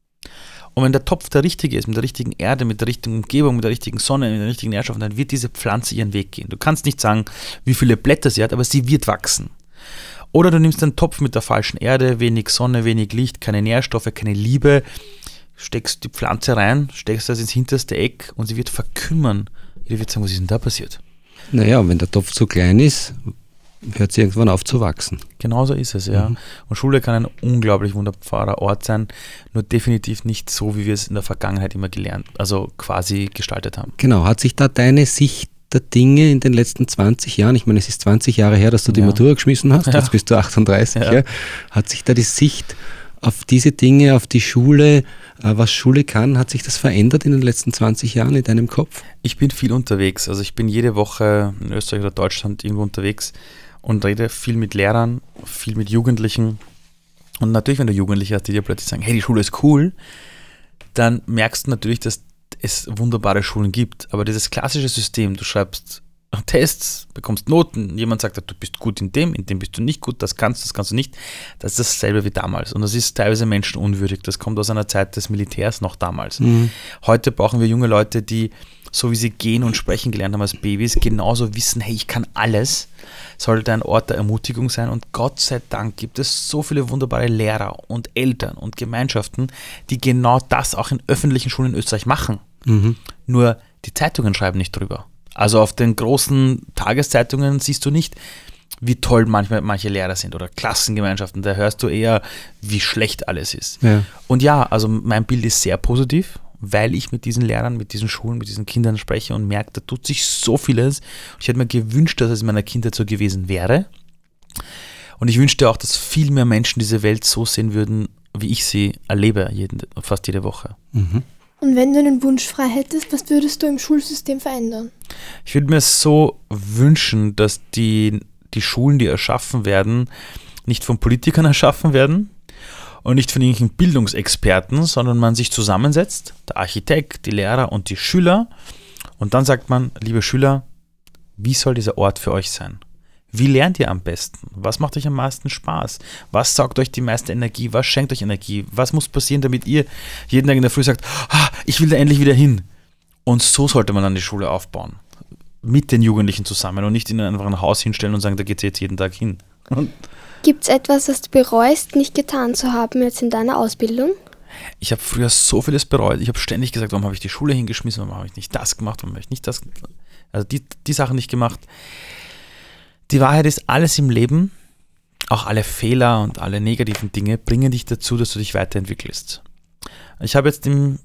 Und wenn der Topf der richtige ist, mit der richtigen Erde, mit der richtigen Umgebung, mit der richtigen Sonne, mit den richtigen Nährstoffen, dann wird diese Pflanze ihren Weg gehen. Du kannst nicht sagen, wie viele Blätter sie hat, aber sie wird wachsen. Oder du nimmst einen Topf mit der falschen Erde, wenig Sonne, wenig Licht, keine Nährstoffe, keine Liebe, steckst die Pflanze rein, steckst das ins hinterste Eck und sie wird verkümmern. Jeder wird sagen, was ist denn da passiert? Naja, wenn der Topf zu klein ist, hört sie irgendwann auf zu wachsen. Genauso ist es, ja. Und Schule kann ein unglaublich wunderbarer Ort sein, nur definitiv nicht so, wie wir es in der Vergangenheit immer gelernt, also quasi gestaltet haben. Genau, hat sich da deine Sicht der Dinge in den letzten 20 Jahren, ich meine, es ist 20 Jahre her, dass du die Matura geschmissen hast, jetzt bist du 38, ja. Hat sich da die Sicht auf diese Dinge, auf die Schule, was Schule kann, hat sich das verändert in den letzten 20 Jahren in deinem Kopf? Ich bin viel unterwegs, also ich bin jede Woche in Österreich oder Deutschland irgendwo unterwegs und rede viel mit Lehrern, viel mit Jugendlichen. Und natürlich, wenn du Jugendliche hast, die dir plötzlich sagen, hey, die Schule ist cool, dann merkst du natürlich, dass es wunderbare Schulen gibt. Aber dieses klassische System, du schreibst Tests, bekommst Noten, jemand sagt, du bist gut in dem bist du nicht gut, das kannst du nicht. Das ist dasselbe wie damals. Und das ist teilweise menschenunwürdig. Das kommt aus einer Zeit des Militärs noch damals. Heute brauchen wir junge Leute, die, so wie sie gehen und sprechen gelernt haben als Babys, genauso wissen, hey, ich kann alles. Sollte ein Ort der Ermutigung sein. Und Gott sei Dank gibt es so viele wunderbare Lehrer und Eltern und Gemeinschaften, die genau das auch in öffentlichen Schulen in Österreich machen. Nur die Zeitungen schreiben nicht drüber. Also auf den großen Tageszeitungen siehst du nicht, wie toll manche Lehrer sind oder Klassengemeinschaften. Da hörst du eher, wie schlecht alles ist. Ja. Und ja, also mein Bild ist sehr positiv, weil ich mit diesen Lehrern, mit diesen Schulen, mit diesen Kindern spreche und merke, da tut sich so vieles. Ich hätte mir gewünscht, dass es in meiner Kindheit so gewesen wäre. Und ich wünschte auch, dass viel mehr Menschen diese Welt so sehen würden, wie ich sie erlebe, fast jede Woche. Und wenn du einen Wunsch frei hättest, was würdest du im Schulsystem verändern? Ich würde mir so wünschen, dass die Schulen, die erschaffen werden, nicht von Politikern erschaffen werden und nicht von irgendwelchen Bildungsexperten, sondern man sich zusammensetzt, der Architekt, die Lehrer und die Schüler, und dann sagt man, liebe Schüler, wie soll dieser Ort für euch sein? Wie lernt ihr am besten? Was macht euch am meisten Spaß? Was saugt euch die meiste Energie? Was schenkt euch Energie? Was muss passieren, damit ihr jeden Tag in der Früh sagt, ich will da endlich wieder hin? Und so sollte man dann die Schule aufbauen. Mit den Jugendlichen zusammen und nicht in einfach ein Haus hinstellen und sagen, da geht es jetzt jeden Tag hin. Gibt es etwas, das du bereust, nicht getan zu haben jetzt in deiner Ausbildung? Ich habe früher so vieles bereut. Ich habe ständig gesagt, warum habe ich die Schule hingeschmissen? Warum habe ich nicht das gemacht? Warum habe ich nicht das gemacht? Also die Sachen nicht gemacht. Die Wahrheit ist, alles im Leben, auch alle Fehler und alle negativen Dinge, bringen dich dazu, dass du dich weiterentwickelst. Ich habe jetzt im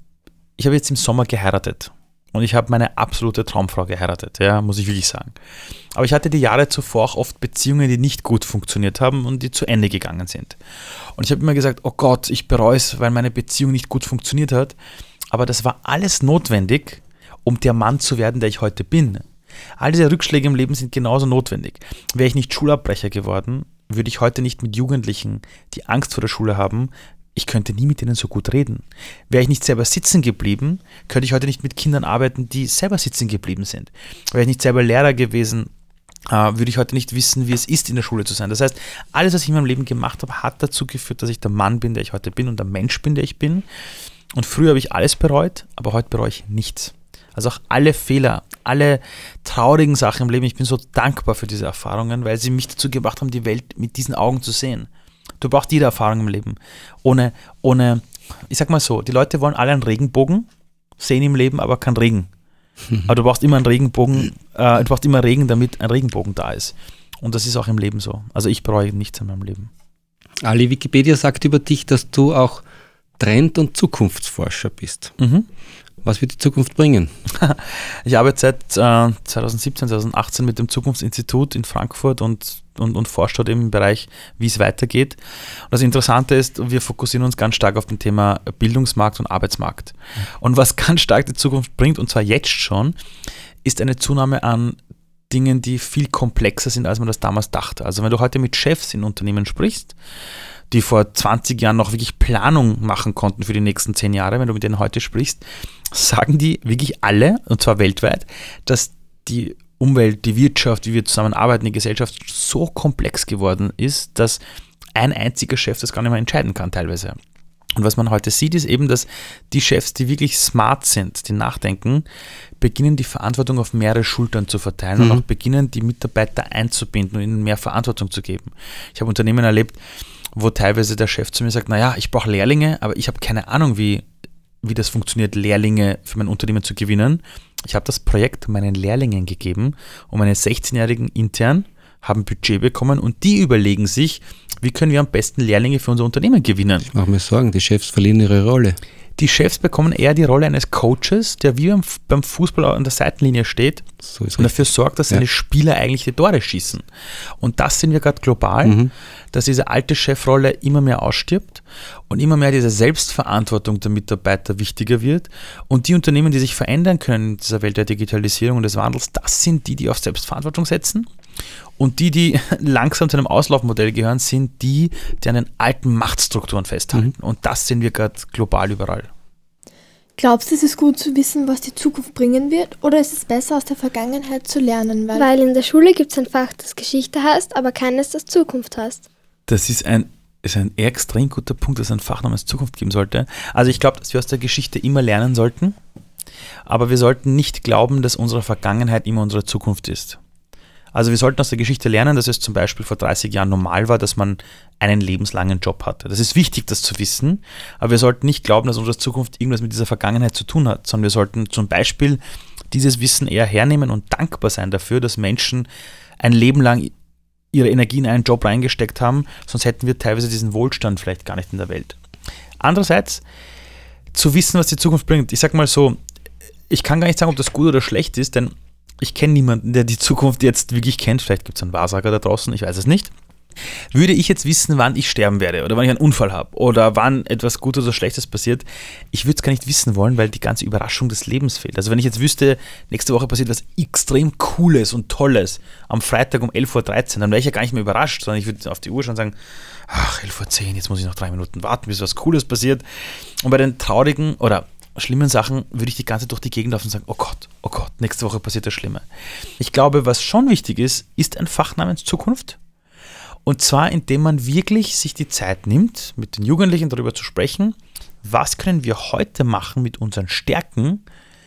Sommer geheiratet und ich habe meine absolute Traumfrau geheiratet, ja, muss ich wirklich sagen. Aber ich hatte die Jahre zuvor auch oft Beziehungen, die nicht gut funktioniert haben und die zu Ende gegangen sind. Und ich habe immer gesagt, oh Gott, ich bereue es, weil meine Beziehung nicht gut funktioniert hat. Aber das war alles notwendig, um der Mann zu werden, der ich heute bin. All diese Rückschläge im Leben sind genauso notwendig. Wäre ich nicht Schulabbrecher geworden, würde ich heute nicht mit Jugendlichen, die Angst vor der Schule haben, ich könnte nie mit denen so gut reden. Wäre ich nicht selber sitzen geblieben, könnte ich heute nicht mit Kindern arbeiten, die selber sitzen geblieben sind. Wäre ich nicht selber Lehrer gewesen, würde ich heute nicht wissen, wie es ist, in der Schule zu sein. Das heißt, alles, was ich in meinem Leben gemacht habe, hat dazu geführt, dass ich der Mann bin, der ich heute bin und der Mensch bin, der ich bin. Und früher habe ich alles bereut, aber heute bereue ich nichts. Also auch alle Fehler, alle traurigen Sachen im Leben. Ich bin so dankbar für diese Erfahrungen, weil sie mich dazu gebracht haben, die Welt mit diesen Augen zu sehen. Du brauchst jede Erfahrung im Leben. Ohne, ich sag mal so, die Leute wollen alle einen Regenbogen sehen im Leben, aber keinen Regen. Aber du brauchst immer einen Regenbogen, du brauchst immer Regen, damit ein Regenbogen da ist. Und das ist auch im Leben so. Also ich bereue nichts in meinem Leben. Ali, Wikipedia sagt über dich, dass du auch Trend- und Zukunftsforscher bist. Was wird die Zukunft bringen? Ich arbeite seit 2017, 2018 mit dem Zukunftsinstitut in Frankfurt und forsche dort im Bereich, wie es weitergeht. Und das Interessante ist, wir fokussieren uns ganz stark auf das Thema Bildungsmarkt und Arbeitsmarkt. Und was ganz stark die Zukunft bringt, und zwar jetzt schon, ist eine Zunahme an Dingen, die viel komplexer sind, als man das damals dachte. Also wenn du heute mit Chefs in Unternehmen sprichst, die vor 20 Jahren noch wirklich Planung machen konnten für die nächsten 10 Jahre, wenn du mit denen heute sprichst, sagen die wirklich alle, und zwar weltweit, dass die Umwelt, die Wirtschaft, wie wir zusammenarbeiten, die Gesellschaft so komplex geworden ist, dass ein einziger Chef das gar nicht mehr entscheiden kann teilweise. Und was man heute sieht, ist eben, dass die Chefs, die wirklich smart sind, die nachdenken, beginnen die Verantwortung auf mehrere Schultern zu verteilen und auch beginnen, die Mitarbeiter einzubinden und ihnen mehr Verantwortung zu geben. Ich habe Unternehmen erlebt, wo teilweise der Chef zu mir sagt, naja, ich brauche Lehrlinge, aber ich habe keine Ahnung, wie das funktioniert, Lehrlinge für mein Unternehmen zu gewinnen. Ich habe das Projekt meinen Lehrlingen gegeben und meine 16-Jährigen intern haben Budget bekommen und die überlegen sich, wie können wir am besten Lehrlinge für unser Unternehmen gewinnen. Ich mache mir Sorgen, die Chefs verlieren ihre Rolle. Die Chefs bekommen eher die Rolle eines Coaches, der wie beim Fußball an der Seitenlinie steht und dafür sorgt, dass seine Spieler eigentlich die Tore schießen. Und das sehen wir gerade global, dass diese alte Chefrolle immer mehr ausstirbt und immer mehr diese Selbstverantwortung der Mitarbeiter wichtiger wird. Und die Unternehmen, die sich verändern können in dieser Welt der Digitalisierung und des Wandels, das sind die auf Selbstverantwortung setzen. Und die langsam zu einem Auslaufmodell gehören, sind die an den alten Machtstrukturen festhalten. Und das sehen wir gerade global überall. Glaubst du, es ist gut zu wissen, was die Zukunft bringen wird, oder ist es besser, aus der Vergangenheit zu lernen? Weil in der Schule gibt es ein Fach, das Geschichte heißt, aber keines, das Zukunft heißt. Das ist ein extrem guter Punkt, dass ein Fach namens Zukunft geben sollte. Also ich glaube, dass wir aus der Geschichte immer lernen sollten, aber wir sollten nicht glauben, dass unsere Vergangenheit immer unsere Zukunft ist. Also wir sollten aus der Geschichte lernen, dass es zum Beispiel vor 30 Jahren normal war, dass man einen lebenslangen Job hatte. Das ist wichtig, das zu wissen, aber wir sollten nicht glauben, dass unsere Zukunft irgendwas mit dieser Vergangenheit zu tun hat, sondern wir sollten zum Beispiel dieses Wissen eher hernehmen und dankbar sein dafür, dass Menschen ein Leben lang ihre Energie in einen Job reingesteckt haben, sonst hätten wir teilweise diesen Wohlstand vielleicht gar nicht in der Welt. Andererseits, zu wissen, was die Zukunft bringt. Ich sag mal so, ich kann gar nicht sagen, ob das gut oder schlecht ist, denn ich kenne niemanden, der die Zukunft jetzt wirklich kennt. Vielleicht gibt es einen Wahrsager da draußen, ich weiß es nicht. Würde ich jetzt wissen, wann ich sterben werde oder wann ich einen Unfall habe oder wann etwas Gutes oder Schlechtes passiert, ich würde es gar nicht wissen wollen, weil die ganze Überraschung des Lebens fehlt. Also wenn ich jetzt wüsste, nächste Woche passiert was extrem Cooles und Tolles am Freitag um 11.13 Uhr, dann wäre ich ja gar nicht mehr überrascht, sondern ich würde auf die Uhr schon sagen, ach, 11.10 Uhr, jetzt muss ich noch 3 Minuten warten, bis was Cooles passiert. Und bei den traurigen oder schlimmen Sachen würde ich die ganze Zeit durch die Gegend laufen und sagen, oh Gott, nächste Woche passiert das Schlimme. Ich glaube, was schon wichtig ist ein Fach namens Zukunft. Und zwar, indem man wirklich sich die Zeit nimmt, mit den Jugendlichen darüber zu sprechen, was können wir heute machen mit unseren Stärken,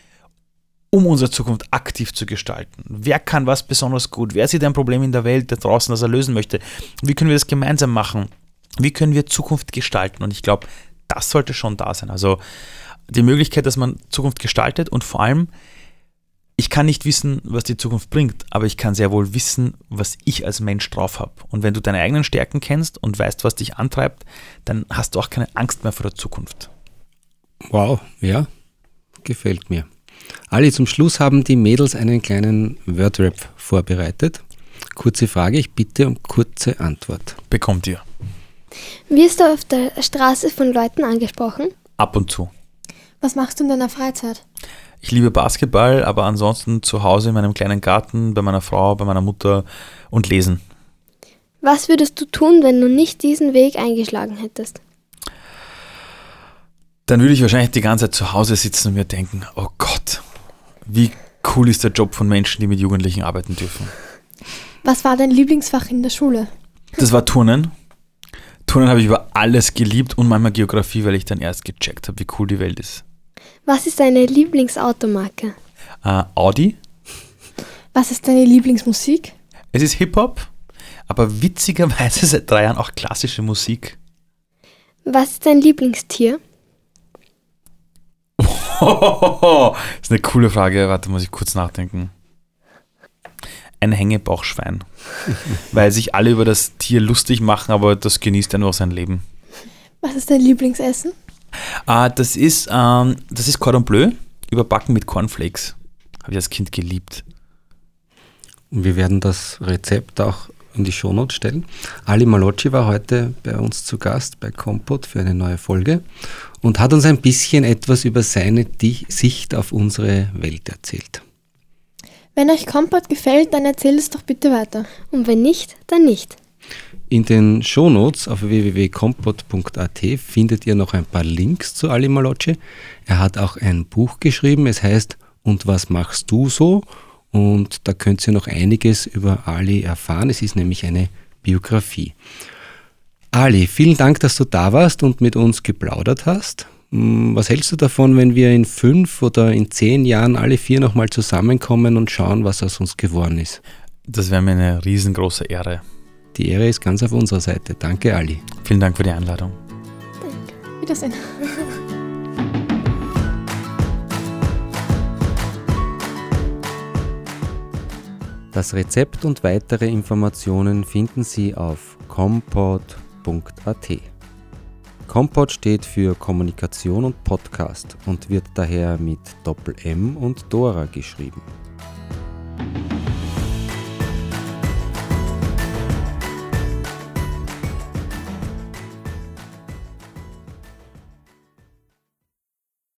um unsere Zukunft aktiv zu gestalten. Wer kann was besonders gut? Wer sieht ein Problem in der Welt da draußen, das er lösen möchte? Wie können wir das gemeinsam machen? Wie können wir Zukunft gestalten? Und ich glaube, das sollte schon da sein. Also die Möglichkeit, dass man Zukunft gestaltet und vor allem, ich kann nicht wissen, was die Zukunft bringt, aber ich kann sehr wohl wissen, was ich als Mensch drauf habe. Und wenn du deine eigenen Stärken kennst und weißt, was dich antreibt, dann hast du auch keine Angst mehr vor der Zukunft. Wow, ja, gefällt mir. Ali, zum Schluss haben die Mädels einen kleinen Wordrap vorbereitet. Kurze Frage, ich bitte um kurze Antwort. Bekommt ihr. Wirst du auf der Straße von Leuten angesprochen? Ab und zu. Was machst du in deiner Freizeit? Ich liebe Basketball, aber ansonsten zu Hause in meinem kleinen Garten, bei meiner Frau, bei meiner Mutter und lesen. Was würdest du tun, wenn du nicht diesen Weg eingeschlagen hättest? Dann würde ich wahrscheinlich die ganze Zeit zu Hause sitzen und mir denken, oh Gott, wie cool ist der Job von Menschen, die mit Jugendlichen arbeiten dürfen. Was war dein Lieblingsfach in der Schule? Das war Turnen. Turnen habe ich über alles geliebt und manchmal Geografie, weil ich dann erst gecheckt habe, wie cool die Welt ist. Was ist deine Lieblingsautomarke? Audi. Was ist deine Lieblingsmusik? Es ist Hip-Hop, aber witzigerweise seit 3 Jahren auch klassische Musik. Was ist dein Lieblingstier? Das ist eine coole Frage. Warte, muss ich kurz nachdenken. Ein Hängebauchschwein. Weil sich alle über das Tier lustig machen, aber das genießt einfach sein Leben. Was ist dein Lieblingsessen? Das ist Cordon Bleu, überbacken mit Cornflakes. Habe ich als Kind geliebt. Und wir werden das Rezept auch in die Shownotes stellen. Ali Malocci war heute bei uns zu Gast bei Kompott für eine neue Folge und hat uns ein bisschen etwas über seine Sicht auf unsere Welt erzählt. Wenn euch Kompott gefällt, dann erzählt es doch bitte weiter. Und wenn nicht, dann nicht. In den Shownotes auf www.kompott.at findet ihr noch ein paar Links zu Ali Malocci. Er hat auch ein Buch geschrieben, es heißt Und was machst du so? Und da könnt ihr noch einiges über Ali erfahren. Es ist nämlich eine Biografie. Ali, vielen Dank, dass du da warst und mit uns geplaudert hast. Was hältst du davon, wenn wir in 5 oder in 10 Jahren alle 4 nochmal zusammenkommen und schauen, was aus uns geworden ist? Das wäre mir eine riesengroße Ehre. Die Ehre ist ganz auf unserer Seite. Danke, Ali. Vielen Dank für die Einladung. Danke. Wiedersehen. Das Rezept und weitere Informationen finden Sie auf kompott.at. Kompott steht für Kommunikation und Podcast und wird daher mit Doppel-M und Dora geschrieben.